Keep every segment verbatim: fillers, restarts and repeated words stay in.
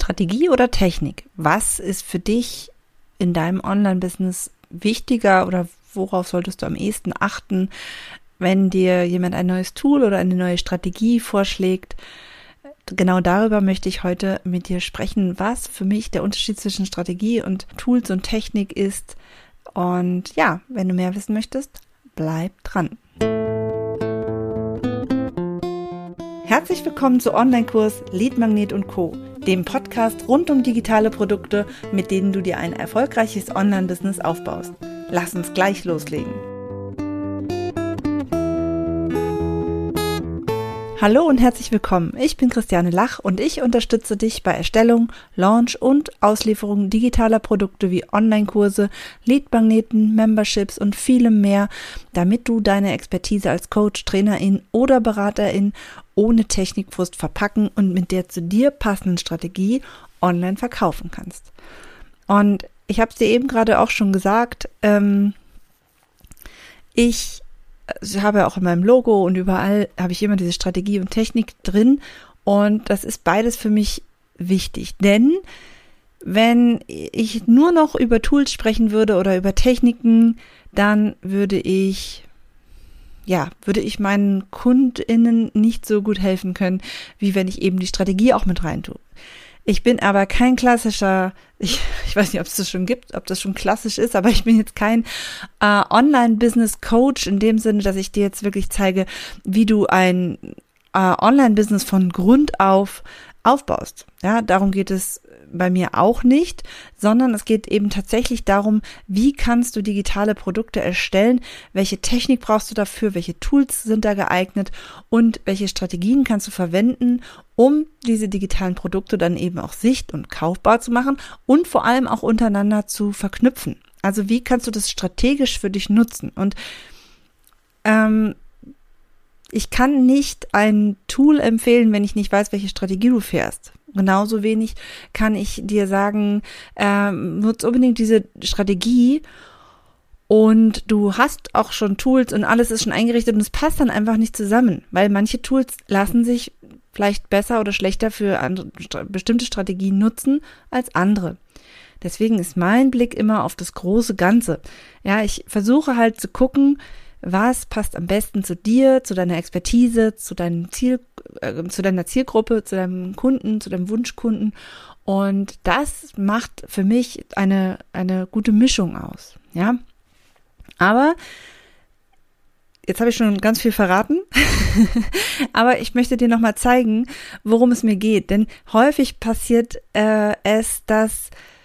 Strategie oder Technik? Was ist für dich in deinem Online-Business wichtiger oder worauf solltest du am ehesten achten, wenn dir jemand ein neues Tool oder eine neue Strategie vorschlägt? Genau darüber möchte ich heute mit dir sprechen, was für mich der Unterschied zwischen Strategie und Tools und Technik ist. Und ja, wenn du mehr wissen möchtest, bleib dran. Herzlich willkommen zu Online-Kurs Lead Magnet und Co., dem Podcast rund um digitale Produkte, mit denen du dir ein erfolgreiches Online-Business aufbaust. Lass uns gleich loslegen. Hallo und herzlich willkommen. Ich bin Christiane Lach und ich unterstütze dich bei Erstellung, Launch und Auslieferung digitaler Produkte wie Online-Kurse, Lead-Magneten, Memberships und vielem mehr, damit du deine Expertise als Coach, Trainerin oder Beraterin ohne Technikfrust verpacken und mit der zu dir passenden Strategie online verkaufen kannst. Und ich habe es dir eben gerade auch schon gesagt, ähm, ich Ich habe auch in meinem Logo und überall habe ich immer diese Strategie und Technik drin und das ist beides für mich wichtig, denn wenn ich nur noch über Tools sprechen würde oder über Techniken, dann würde ich, ja, würde ich meinen KundInnen nicht so gut helfen können, wie wenn ich eben die Strategie auch mit rein tue. Ich bin aber kein klassischer, ich, ich weiß nicht, ob es das schon gibt, ob das schon klassisch ist, aber ich bin jetzt kein äh, Online-Business-Coach in dem Sinne, dass ich dir jetzt wirklich zeige, wie du ein äh, Online-Business von Grund auf aufbaust. Ja, darum geht es bei mir auch nicht, sondern es geht eben tatsächlich darum, wie kannst du digitale Produkte erstellen, welche Technik brauchst du dafür, welche Tools sind da geeignet und welche Strategien kannst du verwenden, um diese digitalen Produkte dann eben auch sicht- und kaufbar zu machen und vor allem auch untereinander zu verknüpfen. Also wie kannst du das strategisch für dich nutzen? Und ähm, ich kann nicht ein Tool empfehlen, wenn ich nicht weiß, welche Strategie du fährst. Genauso wenig kann ich dir sagen, ähm, nutz unbedingt diese Strategie und du hast auch schon Tools und alles ist schon eingerichtet und es passt dann einfach nicht zusammen, weil manche Tools lassen sich vielleicht besser oder schlechter für andere, bestimmte Strategien nutzen als andere. Deswegen ist mein Blick immer auf das große Ganze. Ja, ich versuche halt zu gucken, was passt am besten zu dir, zu deiner Expertise, zu deinem Ziel, äh, zu deiner Zielgruppe, zu deinem Kunden, zu deinem Wunschkunden. Und das macht für mich eine, eine gute Mischung aus. Ja, aber jetzt habe ich schon ganz viel verraten, aber ich möchte dir nochmal zeigen, worum es mir geht. Denn häufig passiert äh, es, dass,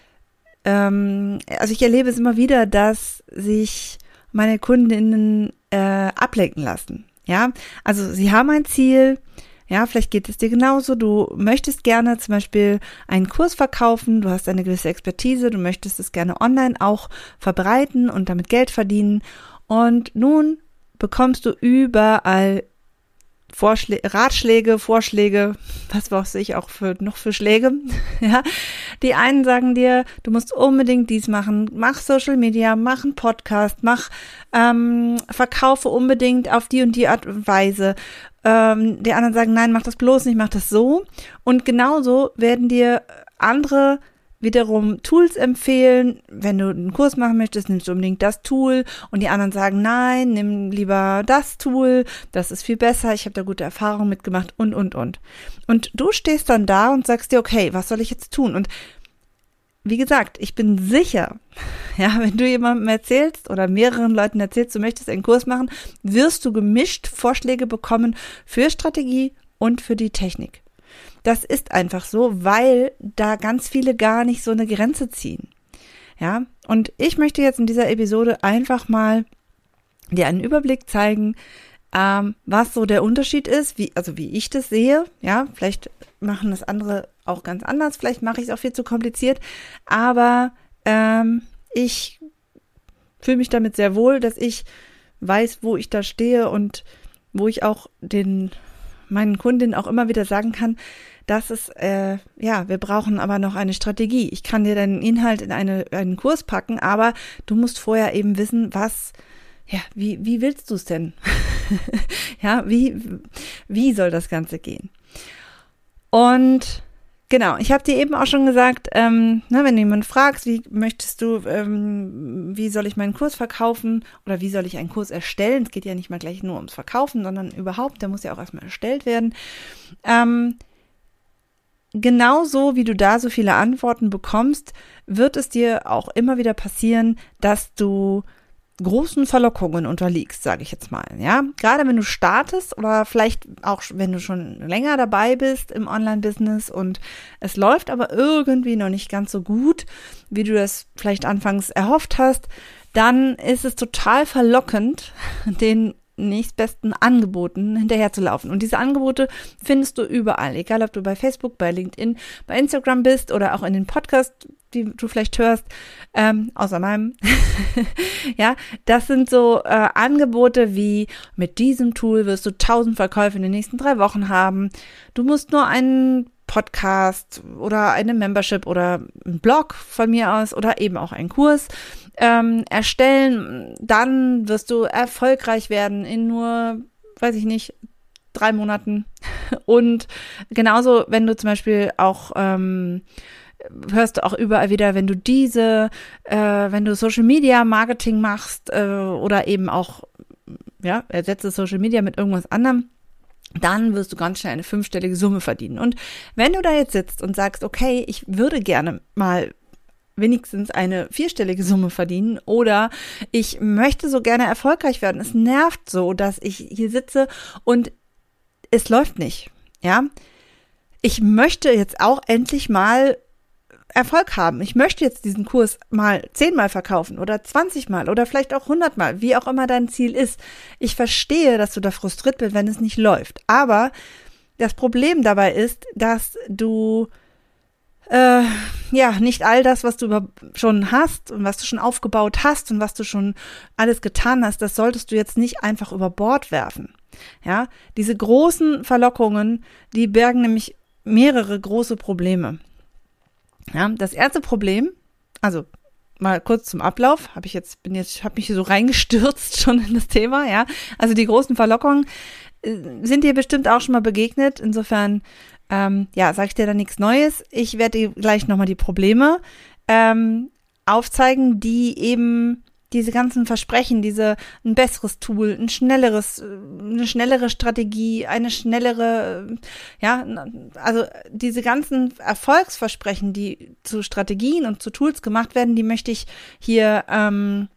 ähm, also ich erlebe es immer wieder, dass sich meine Kundinnen äh, ablenken lassen. Ja, also sie haben ein Ziel, ja, vielleicht geht es dir genauso, du möchtest gerne zum Beispiel einen Kurs verkaufen, du hast eine gewisse Expertise, du möchtest es gerne online auch verbreiten und damit Geld verdienen und nun bekommst du überall Vorschlä- Ratschläge, Vorschläge, was weiß ich auch für noch für Schläge. Ja, die einen sagen dir, du musst unbedingt dies machen, mach Social Media, mach einen Podcast, mach ähm, verkaufe unbedingt auf die und die Art und Weise. Ähm, die anderen sagen, nein, mach das bloß nicht, mach das so. Und genauso werden dir andere wiederum Tools empfehlen. Wenn du einen Kurs machen möchtest, nimmst du unbedingt das Tool und die anderen sagen, nein, nimm lieber das Tool, das ist viel besser, ich habe da gute Erfahrungen mitgemacht und, und, und. Und du stehst dann da und sagst dir, okay, was soll ich jetzt tun? Und wie gesagt, ich bin sicher, ja, wenn du jemandem erzählst oder mehreren Leuten erzählst, du möchtest einen Kurs machen, wirst du gemischt Vorschläge bekommen für Strategie und für die Technik. Das ist einfach so, weil da ganz viele gar nicht so eine Grenze ziehen. Ja, und ich möchte jetzt in dieser Episode einfach mal dir einen Überblick zeigen, ähm, was so der Unterschied ist, wie, also wie ich das sehe. Ja, vielleicht machen das andere auch ganz anders, vielleicht mache ich es auch viel zu kompliziert, aber ähm, ich fühle mich damit sehr wohl, dass ich weiß, wo ich da stehe und wo ich auch den meinen Kundinnen auch immer wieder sagen kann, dass es, äh, ja, wir brauchen aber noch eine Strategie. Ich kann dir deinen Inhalt in eine, einen Kurs packen, aber du musst vorher eben wissen, was, ja, wie, wie willst du es denn? Ja, wie, wie soll das Ganze gehen? Und Genau, ich habe dir eben auch schon gesagt, ähm, ne, wenn jemand fragt, wie möchtest du, ähm, wie soll ich meinen Kurs verkaufen oder wie soll ich einen Kurs erstellen? Es geht ja nicht mal gleich nur ums Verkaufen, sondern überhaupt, der muss ja auch erstmal erstellt werden. Ähm, genauso wie du da so viele Antworten bekommst, wird es dir auch immer wieder passieren, dass du großen Verlockungen unterliegst, sage ich jetzt mal, ja. Gerade wenn du startest oder vielleicht auch, wenn du schon länger dabei bist im Online-Business und es läuft aber irgendwie noch nicht ganz so gut, wie du das vielleicht anfangs erhofft hast, dann ist es total verlockend, den nächstbesten Angeboten hinterherzulaufen. Und diese Angebote findest du überall, egal ob du bei Facebook, bei LinkedIn, bei Instagram bist oder auch in den Podcast, die du vielleicht hörst, ähm, außer meinem. Ja, das sind so äh, Angebote wie, mit diesem Tool wirst du tausend Verkäufe in den nächsten drei Wochen haben. Du musst nur einen Podcast oder eine Membership oder einen Blog von mir aus oder eben auch einen Kurs ähm, erstellen, dann wirst du erfolgreich werden in nur, weiß ich nicht, drei Monaten. Und genauso, wenn du zum Beispiel auch ähm, hörst du auch überall wieder, wenn du diese, äh, wenn du Social Media Marketing machst äh, oder eben auch, ja, ersetze Social Media mit irgendwas anderem, dann wirst du ganz schnell eine fünfstellige Summe verdienen. Und wenn du da jetzt sitzt und sagst, okay, ich würde gerne mal wenigstens eine vierstellige Summe verdienen oder ich möchte so gerne erfolgreich werden, es nervt so, dass ich hier sitze und es läuft nicht, ja. Ich möchte jetzt auch endlich mal Erfolg haben. Ich möchte jetzt diesen Kurs mal zehnmal verkaufen oder zwanzigmal oder vielleicht auch hundertmal, wie auch immer dein Ziel ist. Ich verstehe, dass du da frustriert bist, wenn es nicht läuft. Aber das Problem dabei ist, dass du äh, ja nicht all das, was du schon hast und was du schon aufgebaut hast und was du schon alles getan hast, das solltest du jetzt nicht einfach über Bord werfen. Ja, diese großen Verlockungen, die bergen nämlich mehrere große Probleme. Ja, das erste Problem, also mal kurz zum Ablauf, habe ich jetzt bin jetzt habe mich hier so reingestürzt schon in das Thema, ja. Also die großen Verlockungen äh, sind dir bestimmt auch schon mal begegnet. Insofern ähm, ja, sage ich dir da nichts Neues. Ich werde dir gleich nochmal die Probleme ähm, aufzeigen, die eben diese ganzen Versprechen, diese ein besseres Tool, ein schnelleres, eine schnellere Strategie, eine schnellere, ja, also diese ganzen Erfolgsversprechen, die zu Strategien und zu Tools gemacht werden, die möchte ich hier, ähm,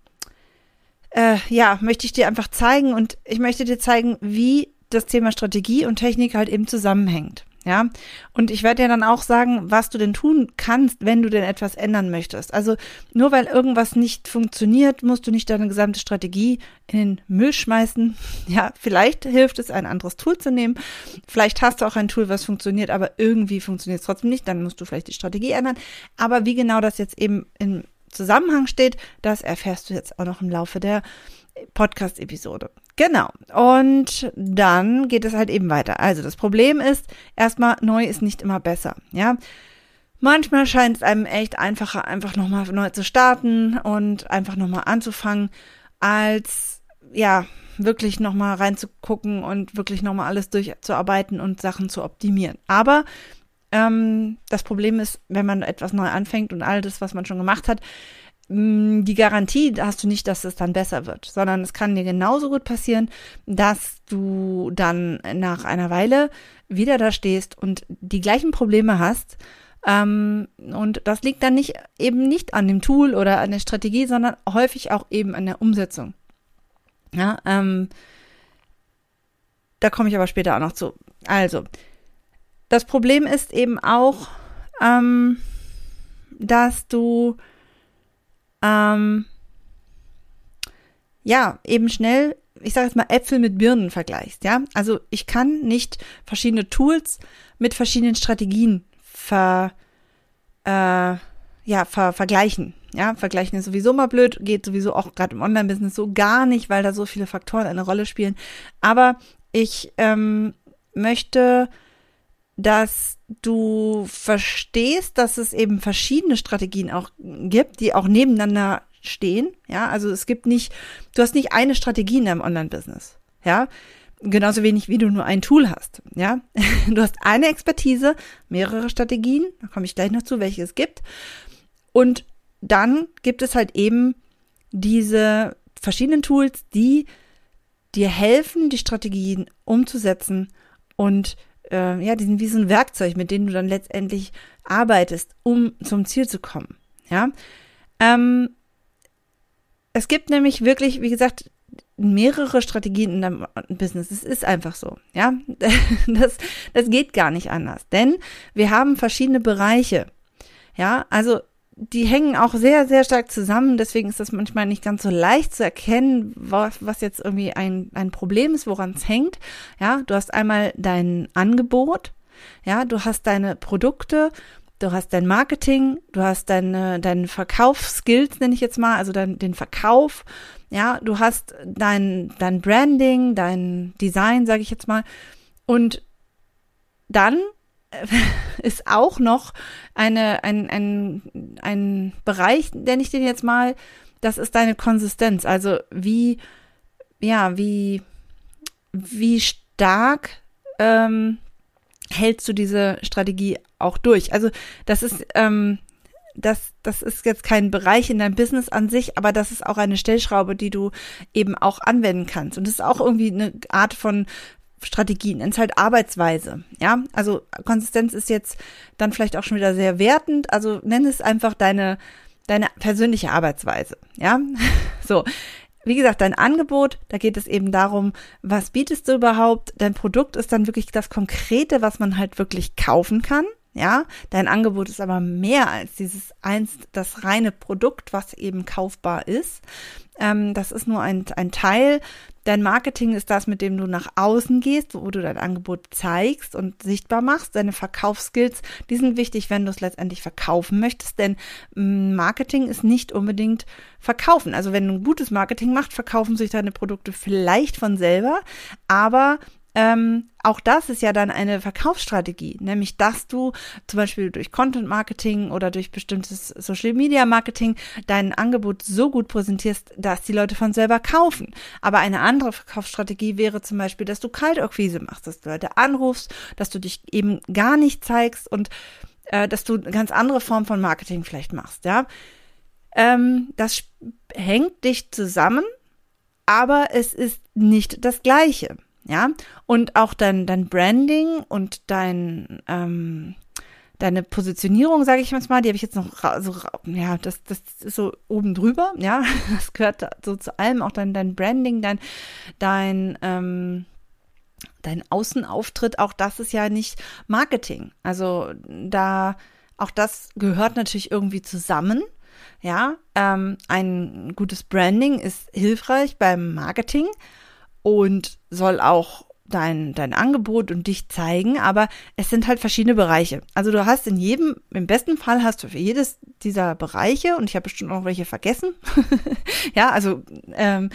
äh, ja, möchte ich dir einfach zeigen und ich möchte dir zeigen, wie das Thema Strategie und Technik halt eben zusammenhängt. Ja, und ich werde dir dann auch sagen, was du denn tun kannst, wenn du denn etwas ändern möchtest. Also nur weil irgendwas nicht funktioniert, musst du nicht deine gesamte Strategie in den Müll schmeißen. Ja, vielleicht hilft es, ein anderes Tool zu nehmen. Vielleicht hast du auch ein Tool, was funktioniert, aber irgendwie funktioniert es trotzdem nicht. Dann musst du vielleicht die Strategie ändern. Aber wie genau das jetzt eben im Zusammenhang steht, das erfährst du jetzt auch noch im Laufe der Podcast-Episode. Genau. Und dann geht es halt eben weiter. Also das Problem ist, erstmal, neu ist nicht immer besser. Ja, manchmal scheint es einem echt einfacher, einfach nochmal neu zu starten und einfach nochmal anzufangen, als ja wirklich nochmal reinzugucken und wirklich nochmal alles durchzuarbeiten und Sachen zu optimieren. Aber ähm, das Problem ist, wenn man etwas neu anfängt und all das, was man schon gemacht hat, die Garantie hast du nicht, dass es dann besser wird, sondern es kann dir genauso gut passieren, dass du dann nach einer Weile wieder da stehst und die gleichen Probleme hast. Ähm, und das liegt dann nicht eben nicht an dem Tool oder an der Strategie, sondern häufig auch eben an der Umsetzung. Ja, ähm, da komme ich aber später auch noch zu. Also, das Problem ist eben auch, ähm, dass du Ähm, ja, eben schnell, ich sage jetzt mal, Äpfel mit Birnen vergleichst, ja. Also ich kann nicht verschiedene Tools mit verschiedenen Strategien ver, äh, ja, ver, vergleichen. Ja, vergleichen ist sowieso mal blöd, geht sowieso auch gerade im Online-Business so gar nicht, weil da so viele Faktoren eine Rolle spielen. Aber ich ähm, möchte, dass du verstehst, dass es eben verschiedene Strategien auch gibt, die auch nebeneinander stehen. Ja, also es gibt nicht, du hast nicht eine Strategie in deinem Online-Business. Ja, genauso wenig wie du nur ein Tool hast, ja. Du hast eine Expertise, mehrere Strategien, da komme ich gleich noch zu, welche es gibt. Und dann gibt es halt eben diese verschiedenen Tools, die dir helfen, die Strategien umzusetzen und äh, ja, die sind wie so ein Werkzeug, mit dem du dann letztendlich arbeitest, um zum Ziel zu kommen, ja. Ähm, es gibt nämlich wirklich, wie gesagt, mehrere Strategien in deinem Business. Es ist einfach so, ja. Das, das geht gar nicht anders, denn wir haben verschiedene Bereiche, ja. Also die hängen auch sehr, sehr stark zusammen. Deswegen ist das manchmal nicht ganz so leicht zu erkennen, was, was jetzt irgendwie ein, ein Problem ist, woran es hängt. Ja, du hast einmal dein Angebot, ja, du hast deine Produkte, du hast dein Marketing, du hast deine, deine Verkaufsskills, nenne ich jetzt mal, also dein, den Verkauf, ja, du hast dein, dein Branding, dein Design, sage ich jetzt mal, und dann ist auch noch eine, ein, ein, ein Bereich, nenne ich den jetzt mal, das ist deine Konsistenz, also wie, ja, wie, wie stark ähm, hältst du diese Strategie auch durch? Also das ist, ähm, das, das ist jetzt kein Bereich in deinem Business an sich, aber das ist auch eine Stellschraube, die du eben auch anwenden kannst. Und das ist auch irgendwie eine Art von Strategien, es ist halt Arbeitsweise, ja, also Konsistenz ist jetzt dann vielleicht auch schon wieder sehr wertend, also nenn es einfach deine, deine persönliche Arbeitsweise, ja, so, wie gesagt, dein Angebot, da geht es eben darum, was bietest du überhaupt, dein Produkt ist dann wirklich das Konkrete, was man halt wirklich kaufen kann, ja, dein Angebot ist aber mehr als dieses eins, das reine Produkt, was eben kaufbar ist, ähm, das ist nur ein, ein Teil. Dein Marketing ist das, mit dem du nach außen gehst, wo du dein Angebot zeigst und sichtbar machst. Deine Verkaufsskills, die sind wichtig, wenn du es letztendlich verkaufen möchtest, denn Marketing ist nicht unbedingt verkaufen. Also wenn du ein gutes Marketing machst, verkaufen sich deine Produkte vielleicht von selber, aber Ähm, auch das ist ja dann eine Verkaufsstrategie, nämlich dass du zum Beispiel durch Content Marketing oder durch bestimmtes Social Media Marketing dein Angebot so gut präsentierst, dass die Leute von selber kaufen. Aber eine andere Verkaufsstrategie wäre zum Beispiel, dass du Kaltakquise machst, dass du Leute anrufst, dass du dich eben gar nicht zeigst und äh, dass du eine ganz andere Form von Marketing vielleicht machst, ja. Ähm, das hängt dich zusammen, aber es ist nicht das Gleiche. Ja, und auch dein, dein Branding und dein, ähm, deine Positionierung, sage ich jetzt mal, die habe ich jetzt noch, so, ja, das, das ist so oben drüber, ja, das gehört so zu allem, auch dein, dein Branding, dein, dein, ähm, dein Außenauftritt, auch das ist ja nicht Marketing. Also da, auch das gehört natürlich irgendwie zusammen. Ja, ähm, ein gutes Branding ist hilfreich beim Marketing und soll auch dein, dein Angebot und dich zeigen, aber es sind halt verschiedene Bereiche. Also du hast in jedem, im besten Fall hast du für jedes dieser Bereiche, und ich habe bestimmt noch welche vergessen, ja, also ähm,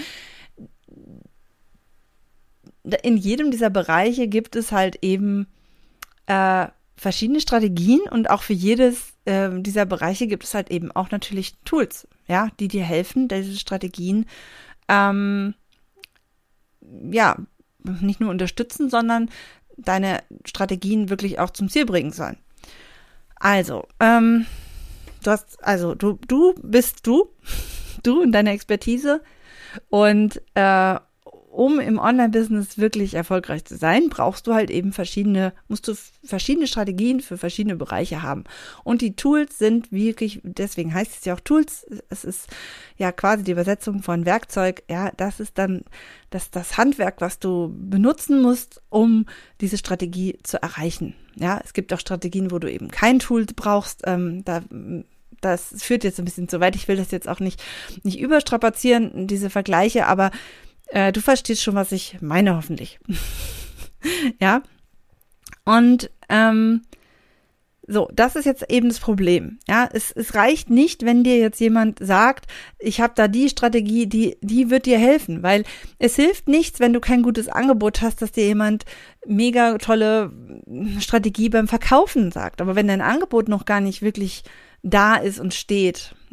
in jedem dieser Bereiche gibt es halt eben äh, verschiedene Strategien und auch für jedes äh, dieser Bereiche gibt es halt eben auch natürlich Tools, ja, die dir helfen, diese Strategien ähm, ja, nicht nur unterstützen, sondern deine Strategien wirklich auch zum Ziel bringen sollen. Also, ähm, du hast, also du, du bist du, du und deine Expertise und äh, um im Online-Business wirklich erfolgreich zu sein, brauchst du halt eben verschiedene, musst du verschiedene Strategien für verschiedene Bereiche haben. Und die Tools sind wirklich, deswegen heißt es ja auch Tools, es ist ja quasi die Übersetzung von Werkzeug, ja, das ist dann das, das Handwerk, was du benutzen musst, um diese Strategie zu erreichen. Ja, es gibt auch Strategien, wo du eben kein Tool brauchst, ähm, da das führt jetzt ein bisschen zu weit, ich will das jetzt auch nicht, nicht überstrapazieren, diese Vergleiche, aber du verstehst schon, was ich meine, hoffentlich. Ja. Und ähm, so, das ist jetzt eben das Problem. Ja, es, es reicht nicht, wenn dir jetzt jemand sagt, ich habe da die Strategie, die, die wird dir helfen, weil es hilft nichts, wenn du kein gutes Angebot hast, dass dir jemand mega tolle Strategie beim Verkaufen sagt. Aber wenn dein Angebot noch gar nicht wirklich da ist und steht,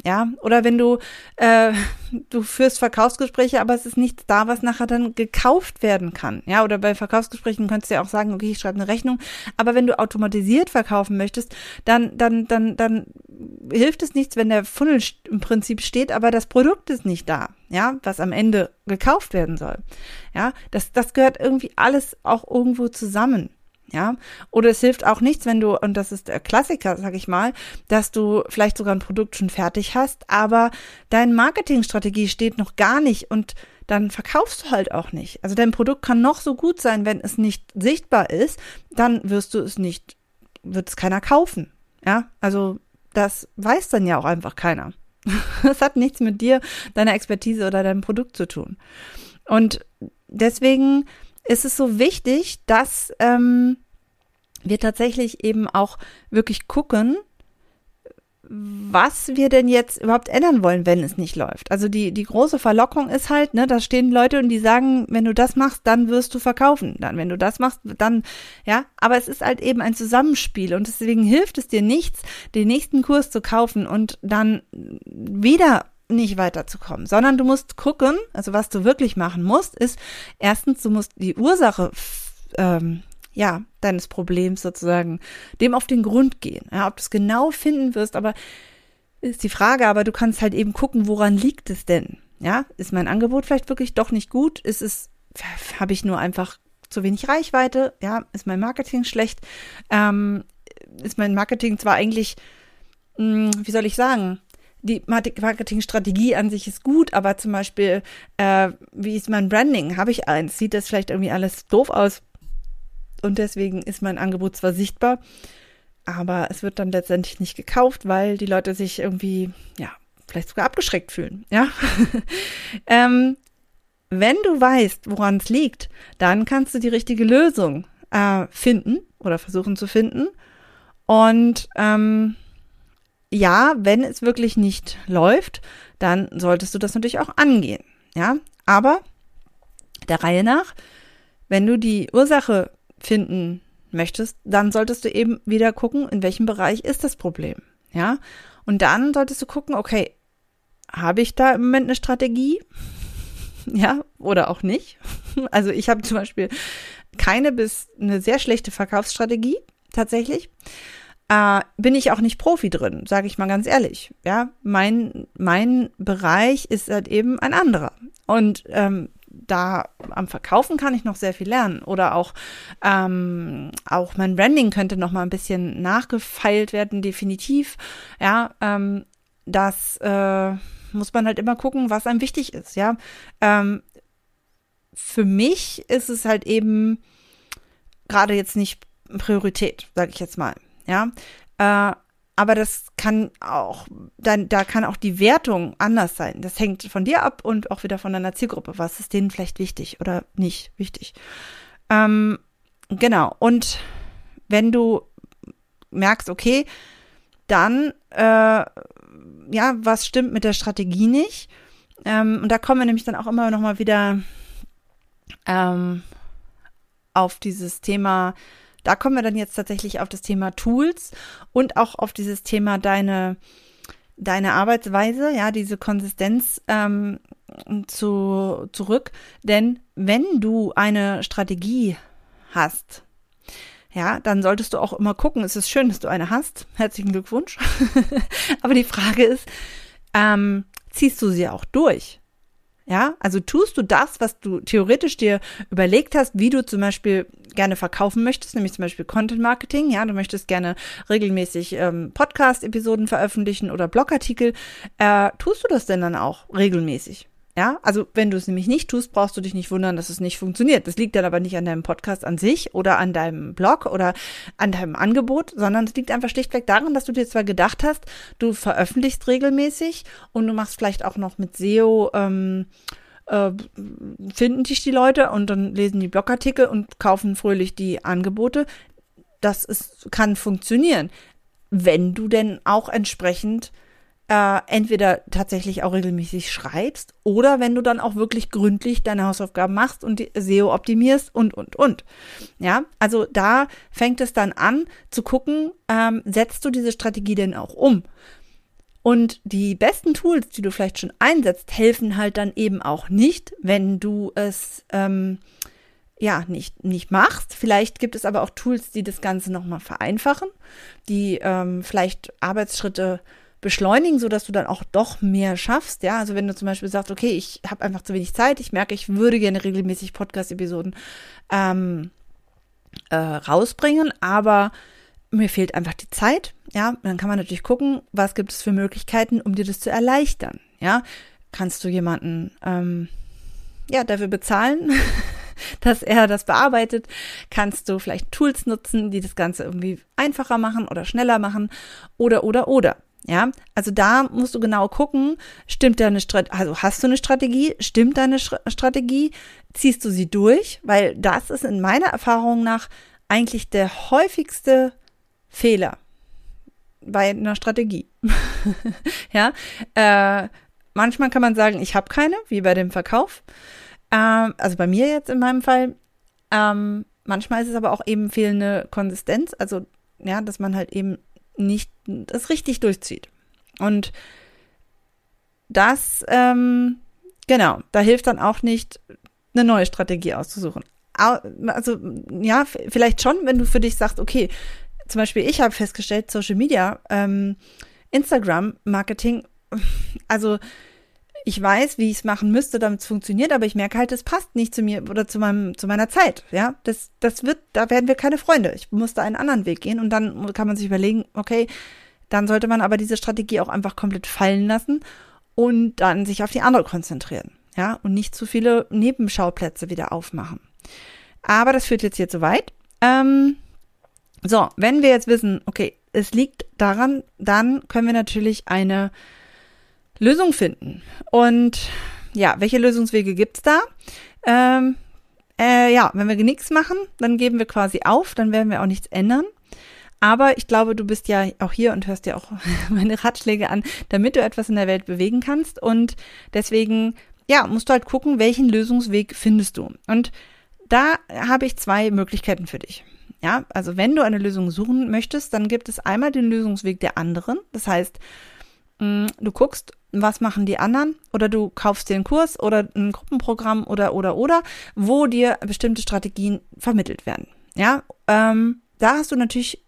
Ja, oder wenn du, äh, du führst Verkaufsgespräche, aber es ist nichts da, was nachher dann gekauft werden kann. Ja, oder bei Verkaufsgesprächen könntest du ja auch sagen, okay, ich schreibe eine Rechnung. Aber wenn du automatisiert verkaufen möchtest, dann, dann, dann, dann hilft es nichts, wenn der Funnel im Prinzip steht, aber das Produkt ist nicht da. Ja, was am Ende gekauft werden soll. Ja, das, das gehört irgendwie alles auch irgendwo zusammen. Ja, oder es hilft auch nichts, wenn du, und das ist der Klassiker, sag ich mal, dass du vielleicht sogar ein Produkt schon fertig hast, aber deine Marketingstrategie steht noch gar nicht und dann verkaufst du halt auch nicht. Also dein Produkt kann noch so gut sein, wenn es nicht sichtbar ist, dann wirst du es nicht, wird es keiner kaufen. Ja, also das weiß dann ja auch einfach keiner. Das hat nichts mit dir, deiner Expertise oder deinem Produkt zu tun. Und deswegen ist es so wichtig, dass ähm, wir tatsächlich eben auch wirklich gucken, was wir denn jetzt überhaupt ändern wollen, wenn es nicht läuft. Also die die große Verlockung ist halt, ne, da stehen Leute und die sagen, wenn du das machst, dann wirst du verkaufen. Dann, wenn du das machst, dann, ja, aber es ist halt eben ein Zusammenspiel und deswegen hilft es dir nichts, den nächsten Kurs zu kaufen und dann wieder nicht weiterzukommen, sondern du musst gucken, also was du wirklich machen musst, ist erstens, du musst die Ursache ähm, ja, deines Problems sozusagen dem auf den Grund gehen. Ja, ob du es genau finden wirst, aber ist die Frage, aber du kannst halt eben gucken, woran liegt es denn? Ja, ist mein Angebot vielleicht wirklich doch nicht gut? Ist es, habe ich nur einfach zu wenig Reichweite? Ja, ist mein Marketing schlecht? Ähm, ist mein Marketing zwar eigentlich, mh, wie soll ich sagen, die Marketingstrategie an sich ist gut, aber zum Beispiel, äh, wie ist mein Branding? Habe ich eins? Sieht das vielleicht irgendwie alles doof aus? Und deswegen ist mein Angebot zwar sichtbar, aber es wird dann letztendlich nicht gekauft, weil die Leute sich irgendwie, ja, vielleicht sogar abgeschreckt fühlen. Ja, ähm, wenn du weißt, woran es liegt, dann kannst du die richtige Lösung äh, finden oder versuchen zu finden. Und ähm, ja, wenn es wirklich nicht läuft, dann solltest du das natürlich auch angehen. Ja, aber der Reihe nach, wenn du die Ursache finden möchtest, dann solltest du eben wieder gucken, in welchem Bereich ist das Problem. Ja, und dann solltest du gucken, okay, habe ich da im Moment eine Strategie? Ja, oder auch nicht. Also ich habe zum Beispiel keine bis eine sehr schlechte Verkaufsstrategie, tatsächlich. Äh, bin ich auch nicht Profi drin, sage ich mal ganz ehrlich. Ja, mein, mein Bereich ist halt eben ein anderer. Und ähm, da am Verkaufen kann ich noch sehr viel lernen. Oder auch, ähm, auch mein Branding könnte noch mal ein bisschen nachgefeilt werden, definitiv. Ja, ähm, das äh, muss man halt immer gucken, was einem wichtig ist. Ja, ähm, für mich ist es halt eben gerade jetzt nicht Priorität, sage ich jetzt mal. Ja, äh, aber das kann auch, dann, da kann auch die Wertung anders sein. Das hängt von dir ab und auch wieder von deiner Zielgruppe. Was ist denen vielleicht wichtig oder nicht wichtig? Ähm, genau. Und wenn du merkst, okay, dann, äh, ja, was stimmt mit der Strategie nicht? Ähm, und da kommen wir nämlich dann auch immer noch mal wieder ähm, auf dieses Thema. Da kommen wir dann jetzt tatsächlich auf das Thema Tools und auch auf dieses Thema deine, deine Arbeitsweise, ja, diese Konsistenz ähm, zu, zurück. Denn wenn du eine Strategie hast, ja, dann solltest du auch immer gucken, es ist schön, dass du eine hast, herzlichen Glückwunsch, aber die Frage ist, ähm, ziehst du sie auch durch? Ja, also tust du das, was du theoretisch dir überlegt hast, wie du zum Beispiel gerne verkaufen möchtest, nämlich zum Beispiel Content Marketing, ja, du möchtest gerne regelmäßig ähm, Podcast-Episoden veröffentlichen oder Blogartikel, äh, tust du das denn dann auch regelmäßig? Ja, also wenn du es nämlich nicht tust, brauchst du dich nicht wundern, dass es nicht funktioniert. Das liegt dann aber nicht an deinem Podcast an sich oder an deinem Blog oder an deinem Angebot, sondern es liegt einfach schlichtweg daran, dass du dir zwar gedacht hast, du veröffentlichst regelmäßig und du machst vielleicht auch noch mit S E O, ähm, äh, finden dich die Leute und dann lesen die Blogartikel und kaufen fröhlich die Angebote. Das ist, kann funktionieren, wenn du denn auch entsprechend Äh, entweder tatsächlich auch regelmäßig schreibst oder wenn du dann auch wirklich gründlich deine Hausaufgaben machst und die S E O optimierst und, und, und. Ja, also da fängt es dann an zu gucken, ähm, setzt du diese Strategie denn auch um? Und die besten Tools, die du vielleicht schon einsetzt, helfen halt dann eben auch nicht, wenn du es ähm, ja nicht nicht machst. Vielleicht gibt es aber auch Tools, die das Ganze nochmal vereinfachen, die ähm, vielleicht Arbeitsschritte beschleunigen, sodass du dann auch doch mehr schaffst. Ja, also wenn du zum Beispiel sagst, okay, ich habe einfach zu wenig Zeit, ich merke, ich würde gerne regelmäßig Podcast-Episoden ähm, äh, rausbringen, aber mir fehlt einfach die Zeit. Ja, dann kann man natürlich gucken, was gibt es für Möglichkeiten, um dir das zu erleichtern. Ja, kannst du jemanden ähm, ja dafür bezahlen, dass er das bearbeitet? Kannst du vielleicht Tools nutzen, die das Ganze irgendwie einfacher machen oder schneller machen? Oder, oder, oder. Ja, also da musst du genau gucken, stimmt deine Strategie, also hast du eine Strategie, stimmt deine Strategie, ziehst du sie durch? Weil das ist in meiner Erfahrung nach eigentlich der häufigste Fehler bei einer Strategie. Ja, äh, manchmal kann man sagen, ich habe keine, wie bei dem Verkauf. Ähm, also bei mir jetzt in meinem Fall. Ähm, manchmal ist es aber auch eben fehlende Konsistenz, also ja, dass man halt eben nicht das richtig durchzieht. Und das, ähm, genau, da hilft dann auch nicht, eine neue Strategie auszusuchen. Also ja, vielleicht schon, wenn du für dich sagst, okay, zum Beispiel ich habe festgestellt, Social Media, ähm, Instagram Marketing, also ich weiß, wie ich es machen müsste, damit es funktioniert, aber ich merke halt, es passt nicht zu mir oder zu meinem, zu meiner Zeit. Ja, das, das wird, da werden wir keine Freunde. Ich musste einen anderen Weg gehen und dann kann man sich überlegen, okay, dann sollte man aber diese Strategie auch einfach komplett fallen lassen und dann sich auf die andere konzentrieren. Ja, und nicht zu viele Nebenschauplätze wieder aufmachen. Aber das führt jetzt hier zu weit. Ähm, so, wenn wir jetzt wissen, okay, es liegt daran, dann können wir natürlich eine Lösung finden. Und ja, welche Lösungswege gibt's da? Ähm, äh, ja, wenn wir nichts machen, dann geben wir quasi auf, dann werden wir auch nichts ändern. Aber ich glaube, du bist ja auch hier und hörst dir auch meine Ratschläge an, damit du etwas in der Welt bewegen kannst. Und deswegen, ja, musst du halt gucken, welchen Lösungsweg findest du. Und da habe ich zwei Möglichkeiten für dich. Ja, also wenn du eine Lösung suchen möchtest, dann gibt es einmal den Lösungsweg der anderen. Das heißt, du guckst, was machen die anderen, oder du kaufst dir einen Kurs oder ein Gruppenprogramm oder, oder, oder, wo dir bestimmte Strategien vermittelt werden. Ja, ähm, da hast du natürlich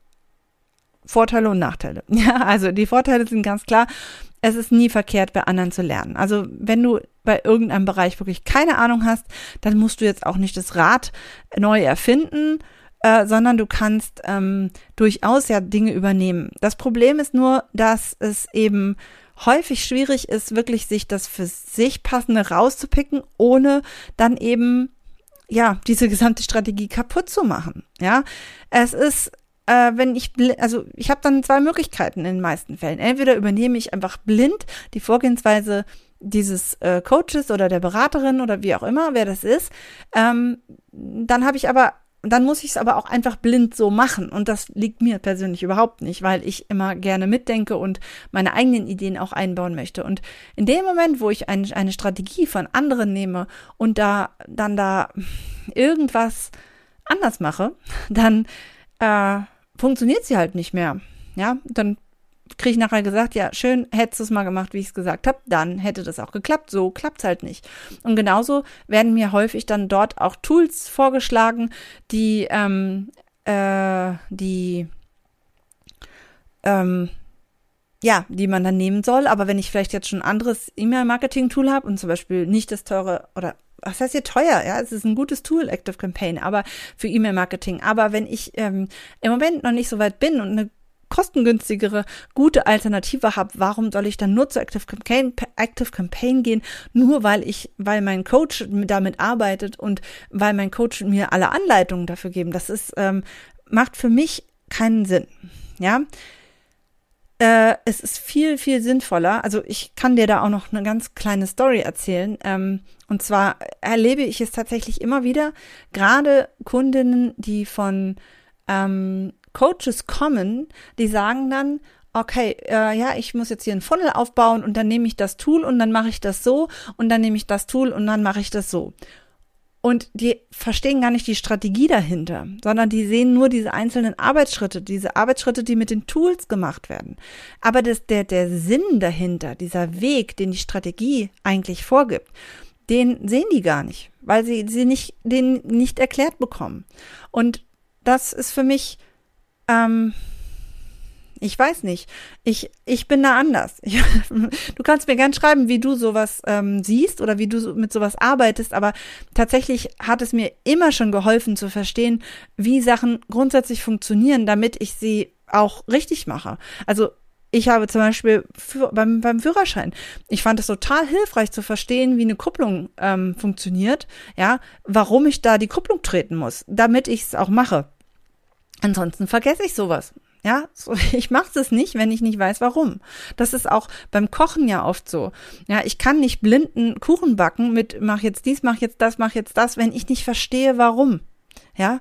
Vorteile und Nachteile. Ja, also die Vorteile sind ganz klar, es ist nie verkehrt, bei anderen zu lernen. Also wenn du bei irgendeinem Bereich wirklich keine Ahnung hast, dann musst du jetzt auch nicht das Rad neu erfinden, äh, sondern du kannst ähm, durchaus ja Dinge übernehmen. Das Problem ist nur, dass es eben häufig schwierig ist, wirklich sich das für sich Passende rauszupicken, ohne dann eben, ja, diese gesamte Strategie kaputt zu machen. Ja, es ist, äh, wenn ich, bl- also ich habe dann zwei Möglichkeiten in den meisten Fällen. Entweder übernehme ich einfach blind die Vorgehensweise dieses äh, Coaches oder der Beraterin oder wie auch immer, wer das ist. Ähm, dann habe ich aber Dann muss ich es aber auch einfach blind so machen. Und das liegt mir persönlich überhaupt nicht, weil ich immer gerne mitdenke und meine eigenen Ideen auch einbauen möchte. Und in dem Moment, wo ich ein, eine Strategie von anderen nehme und da dann da irgendwas anders mache, dann äh, funktioniert sie halt nicht mehr. Ja, dann kriege ich nachher gesagt, ja, schön, hättest du es mal gemacht, wie ich es gesagt habe, dann hätte das auch geklappt. So klappt es halt nicht. Und genauso werden mir häufig dann dort auch Tools vorgeschlagen, die, ähm, äh, die, ähm, ja, die man dann nehmen soll. Aber wenn ich vielleicht jetzt schon ein anderes E-Mail-Marketing-Tool habe und zum Beispiel nicht das teure oder was heißt hier teuer? Ja, es ist ein gutes Tool, Active Campaign, aber für E-Mail-Marketing. Aber wenn ich ähm, im Moment noch nicht so weit bin und eine kostengünstigere, gute Alternative habe, warum soll ich dann nur zu Active Campaign, Active Campaign gehen, nur weil ich, weil mein Coach damit arbeitet und weil mein Coach mir alle Anleitungen dafür geben. Das ist, ähm, macht für mich keinen Sinn. Ja, äh, es ist viel, viel sinnvoller. Also ich kann dir da auch noch eine ganz kleine Story erzählen. Ähm, und zwar erlebe ich es tatsächlich immer wieder, gerade Kundinnen, die von ähm, Coaches kommen, die sagen dann, okay, äh, ja, ich muss jetzt hier einen Funnel aufbauen und dann nehme ich das Tool und dann mache ich das so und dann nehme ich das Tool und dann mache ich das so. Und die verstehen gar nicht die Strategie dahinter, sondern die sehen nur diese einzelnen Arbeitsschritte, diese Arbeitsschritte, die mit den Tools gemacht werden. Aber das, der, der Sinn dahinter, dieser Weg, den die Strategie eigentlich vorgibt, den sehen die gar nicht, weil sie, sie nicht, den nicht erklärt bekommen. Und das ist für mich, ähm, ich weiß nicht, ich, ich bin da anders. Ich, du kannst mir gern schreiben, wie du sowas ähm, siehst oder wie du so, mit sowas arbeitest, aber tatsächlich hat es mir immer schon geholfen zu verstehen, wie Sachen grundsätzlich funktionieren, damit ich sie auch richtig mache. Also ich habe zum Beispiel für, beim, beim Führerschein, ich fand es total hilfreich zu verstehen, wie eine Kupplung ähm, funktioniert, ja, warum ich da die Kupplung treten muss, damit ich es auch mache. Ansonsten vergesse ich sowas. Ja, so, ich mache es nicht, wenn ich nicht weiß, warum. Das ist auch beim Kochen ja oft so. Ja, ich kann nicht blinden Kuchen backen mit mach jetzt dies, mach jetzt das, mach jetzt das, wenn ich nicht verstehe, warum. Ja,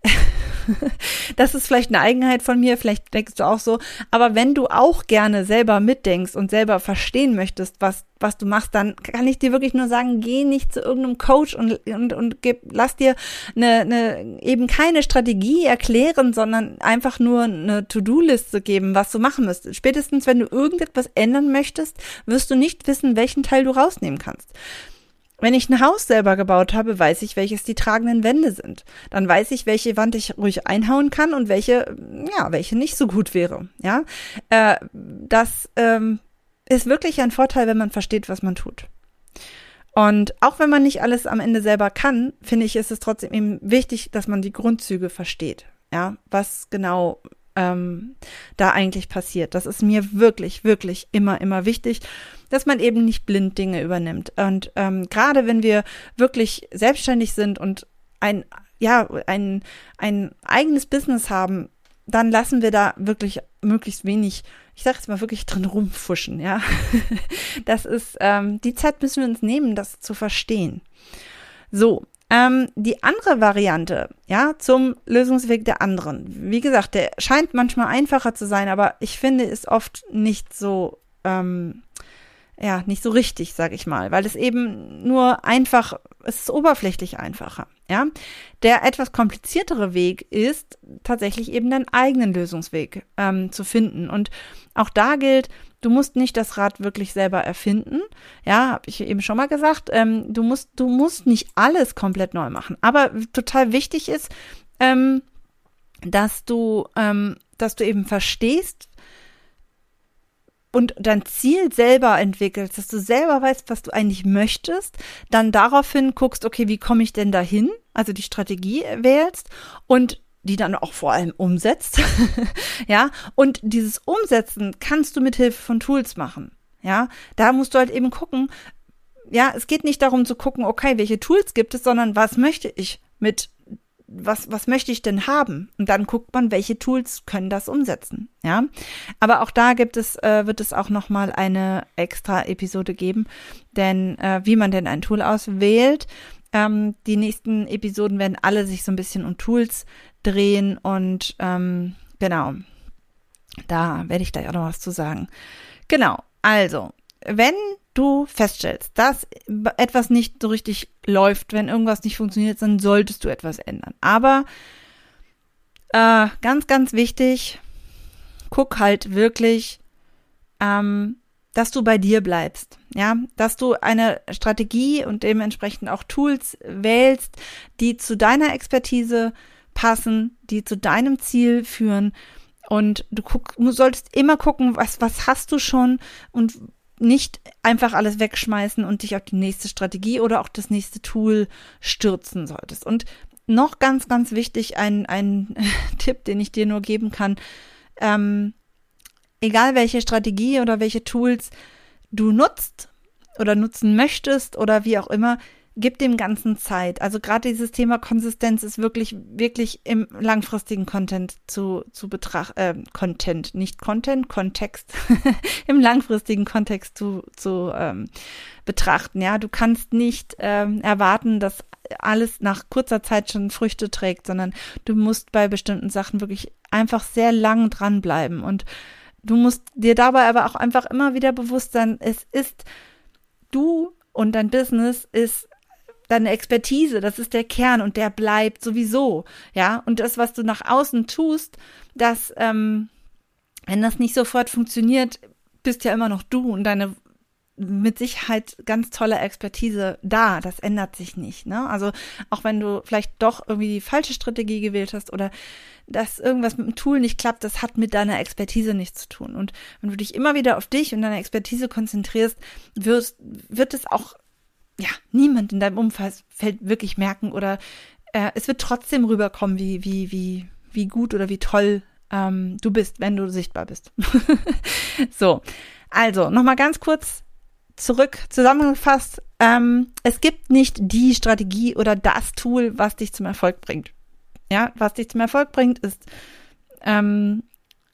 das ist vielleicht eine Eigenheit von mir, vielleicht denkst du auch so, aber wenn du auch gerne selber mitdenkst und selber verstehen möchtest, was was du machst, dann kann ich dir wirklich nur sagen, geh nicht zu irgendeinem Coach und und und gib, lass dir eine, eine eben keine Strategie erklären, sondern einfach nur eine To-Do-Liste geben, was du machen musst. Spätestens, wenn du irgendetwas ändern möchtest, wirst du nicht wissen, welchen Teil du rausnehmen kannst. Wenn ich ein Haus selber gebaut habe, weiß ich, welches die tragenden Wände sind. Dann weiß ich, welche Wand ich ruhig einhauen kann und welche, ja, welche nicht so gut wäre. Ja, äh, das ähm, ist wirklich ein Vorteil, wenn man versteht, was man tut. Und auch wenn man nicht alles am Ende selber kann, finde ich, ist es trotzdem eben wichtig, dass man die Grundzüge versteht. Ja, was genau ähm, da eigentlich passiert. Das ist mir wirklich, wirklich immer, immer wichtig, dass man eben nicht blind Dinge übernimmt. Und ähm, gerade wenn wir wirklich selbstständig sind und ein, ja, ein, ein eigenes Business haben, dann lassen wir da wirklich möglichst wenig, ich sage jetzt mal wirklich drin rumfuschen, ja. Das ist, ähm, die Zeit müssen wir uns nehmen, das zu verstehen. So, ähm, die andere Variante, ja, zum Lösungsweg der anderen. Wie gesagt, der scheint manchmal einfacher zu sein, aber ich finde es oft nicht so, ähm, ja, nicht so richtig, sage ich mal, weil es eben nur einfach, es ist oberflächlich einfacher, ja. Der etwas kompliziertere Weg ist, tatsächlich eben deinen eigenen Lösungsweg ähm, zu finden. Und auch da gilt, du musst nicht das Rad wirklich selber erfinden, ja, habe ich eben schon mal gesagt, ähm, du musst, du musst nicht alles komplett neu machen, aber total wichtig ist, ähm, dass du, ähm, dass du eben verstehst, und dein Ziel selber entwickelst, dass du selber weißt, was du eigentlich möchtest, dann daraufhin guckst, okay, wie komme ich denn dahin? Also die Strategie wählst und die dann auch vor allem umsetzt, ja, und dieses Umsetzen kannst du mit Hilfe von Tools machen, ja, da musst du halt eben gucken, ja, es geht nicht darum zu gucken, okay, welche Tools gibt es, sondern was möchte ich mit Was, was möchte ich denn haben? Und dann guckt man, welche Tools können das umsetzen, ja. Aber auch da gibt es, äh, wird es auch nochmal eine extra Episode geben, denn äh, wie man denn ein Tool auswählt. Ähm, die nächsten Episoden werden alle sich so ein bisschen um Tools drehen und ähm, genau, da werde ich gleich auch noch was zu sagen. Genau, also, wenn du feststellst, dass etwas nicht so richtig läuft, wenn irgendwas nicht funktioniert, dann solltest du etwas ändern. Aber äh, ganz, ganz wichtig, guck halt wirklich, ähm, dass du bei dir bleibst, ja, dass du eine Strategie und dementsprechend auch Tools wählst, die zu deiner Expertise passen, die zu deinem Ziel führen. Und du guck, du solltest immer gucken, was, was hast du schon und nicht einfach alles wegschmeißen und dich auf die nächste Strategie oder auch das nächste Tool stürzen solltest. Und noch ganz, ganz wichtig, ein, ein Tipp, den ich dir nur geben kann, ähm, egal welche Strategie oder welche Tools du nutzt oder nutzen möchtest oder wie auch immer, gib dem Ganzen Zeit. Also gerade dieses Thema Konsistenz ist wirklich, wirklich im langfristigen Content zu, zu betrachten, äh, Content, nicht Content, Kontext, im langfristigen Kontext zu, zu ähm, betrachten. Ja, du kannst nicht ähm, erwarten, dass alles nach kurzer Zeit schon Früchte trägt, sondern du musst bei bestimmten Sachen wirklich einfach sehr lang dranbleiben und du musst dir dabei aber auch einfach immer wieder bewusst sein, es ist du und dein Business ist deine Expertise, das ist der Kern und der bleibt sowieso, ja. Und das, was du nach außen tust, das, ähm, wenn das nicht sofort funktioniert, bist ja immer noch du und deine mit Sicherheit ganz tolle Expertise da. Das ändert sich nicht, ne? Also auch wenn du vielleicht doch irgendwie die falsche Strategie gewählt hast oder dass irgendwas mit dem Tool nicht klappt, das hat mit deiner Expertise nichts zu tun. Und wenn du dich immer wieder auf dich und deine Expertise konzentrierst, wird, wird es auch ja niemand in deinem Umfeld wirklich merken oder äh, es wird trotzdem rüberkommen, wie wie wie wie gut oder wie toll ähm, du bist, wenn du sichtbar bist. So, also nochmal ganz kurz zurück zusammengefasst, ähm, es gibt nicht die Strategie oder das Tool, was dich zum Erfolg bringt. Ja, was dich zum Erfolg bringt, ist ähm,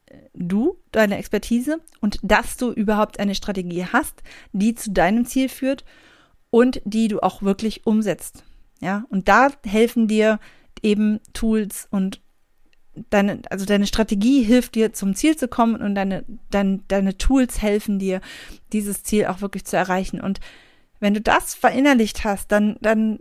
du, deine Expertise und dass du überhaupt eine Strategie hast, die zu deinem Ziel führt und die du auch wirklich umsetzt. Ja, und da helfen dir eben Tools und deine, also deine Strategie hilft dir zum Ziel zu kommen und deine, deine, deine Tools helfen dir, dieses Ziel auch wirklich zu erreichen. Und wenn du das verinnerlicht hast, dann, dann,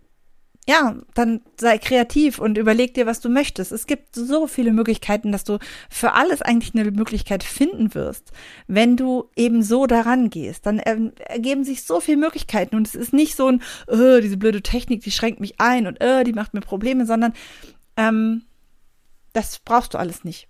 ja, dann sei kreativ und überleg dir, was du möchtest. Es gibt so viele Möglichkeiten, dass du für alles eigentlich eine Möglichkeit finden wirst, wenn du eben so daran gehst. Dann ergeben sich so viele Möglichkeiten und es ist nicht so ein, oh, diese blöde Technik, die schränkt mich ein und oh, die macht mir Probleme, sondern ähm, das brauchst du alles nicht.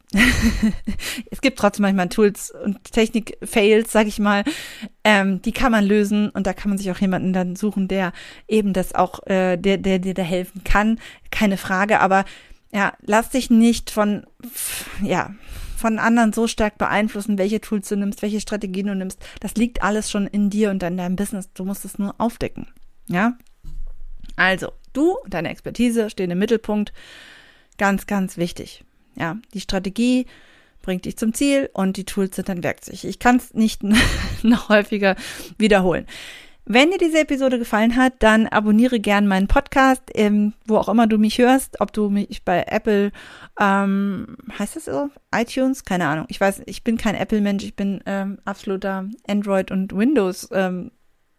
Es gibt trotzdem manchmal Tools und Technik-Fails, sag ich mal, ähm, die kann man lösen und da kann man sich auch jemanden dann suchen, der eben das auch, äh, der, der dir da helfen kann, keine Frage, aber ja, lass dich nicht von, ja, von anderen so stark beeinflussen, welche Tools du nimmst, welche Strategien du nimmst. Das liegt alles schon in dir und in deinem Business. Du musst es nur aufdecken, ja? Also, du und deine Expertise stehen im Mittelpunkt. Ganz, ganz wichtig. Ja, die Strategie bringt dich zum Ziel und die Tools sind ein Werkzeug. Ich kann es nicht noch häufiger wiederholen. Wenn dir diese Episode gefallen hat, dann abonniere gern meinen Podcast, ähm, wo auch immer du mich hörst, ob du mich bei Apple, ähm, heißt das so? iTunes? Keine Ahnung. Ich weiß, ich bin kein Apple-Mensch, ich bin ähm, absoluter Android- und Windows- ähm,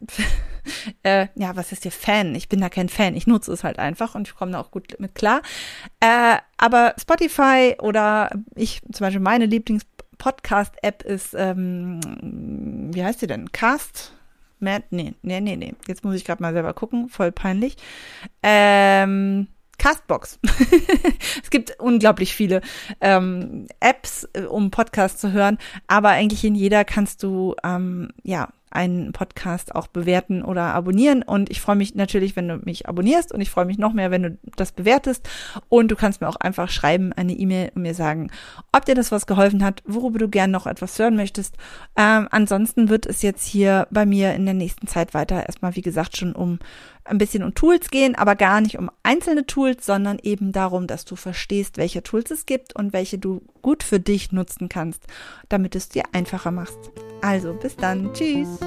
äh, ja, was ist hier Fan? Ich bin da kein Fan. Ich nutze es halt einfach und ich komme da auch gut mit klar. Äh, aber Spotify oder ich, zum Beispiel meine Lieblings-Podcast-App ist, ähm, wie heißt die denn? Cast? Matt? Nee, nee, nee, nee. Jetzt muss ich gerade mal selber gucken. Voll peinlich. Ähm, Castbox. Es gibt unglaublich viele ähm, Apps, um Podcasts zu hören, aber eigentlich in jeder kannst du, ähm, ja, einen Podcast auch bewerten oder abonnieren und ich freue mich natürlich, wenn du mich abonnierst und ich freue mich noch mehr, wenn du das bewertest und du kannst mir auch einfach schreiben, eine E-Mail und mir sagen, ob dir das was geholfen hat, worüber du gern noch etwas hören möchtest. Ähm, ansonsten wird es jetzt hier bei mir in der nächsten Zeit weiter erstmal, wie gesagt, schon um ein bisschen um Tools gehen, aber gar nicht um einzelne Tools, sondern eben darum, dass du verstehst, welche Tools es gibt und welche du gut für dich nutzen kannst, damit es dir einfacher machst. Also, bis dann. Tschüss.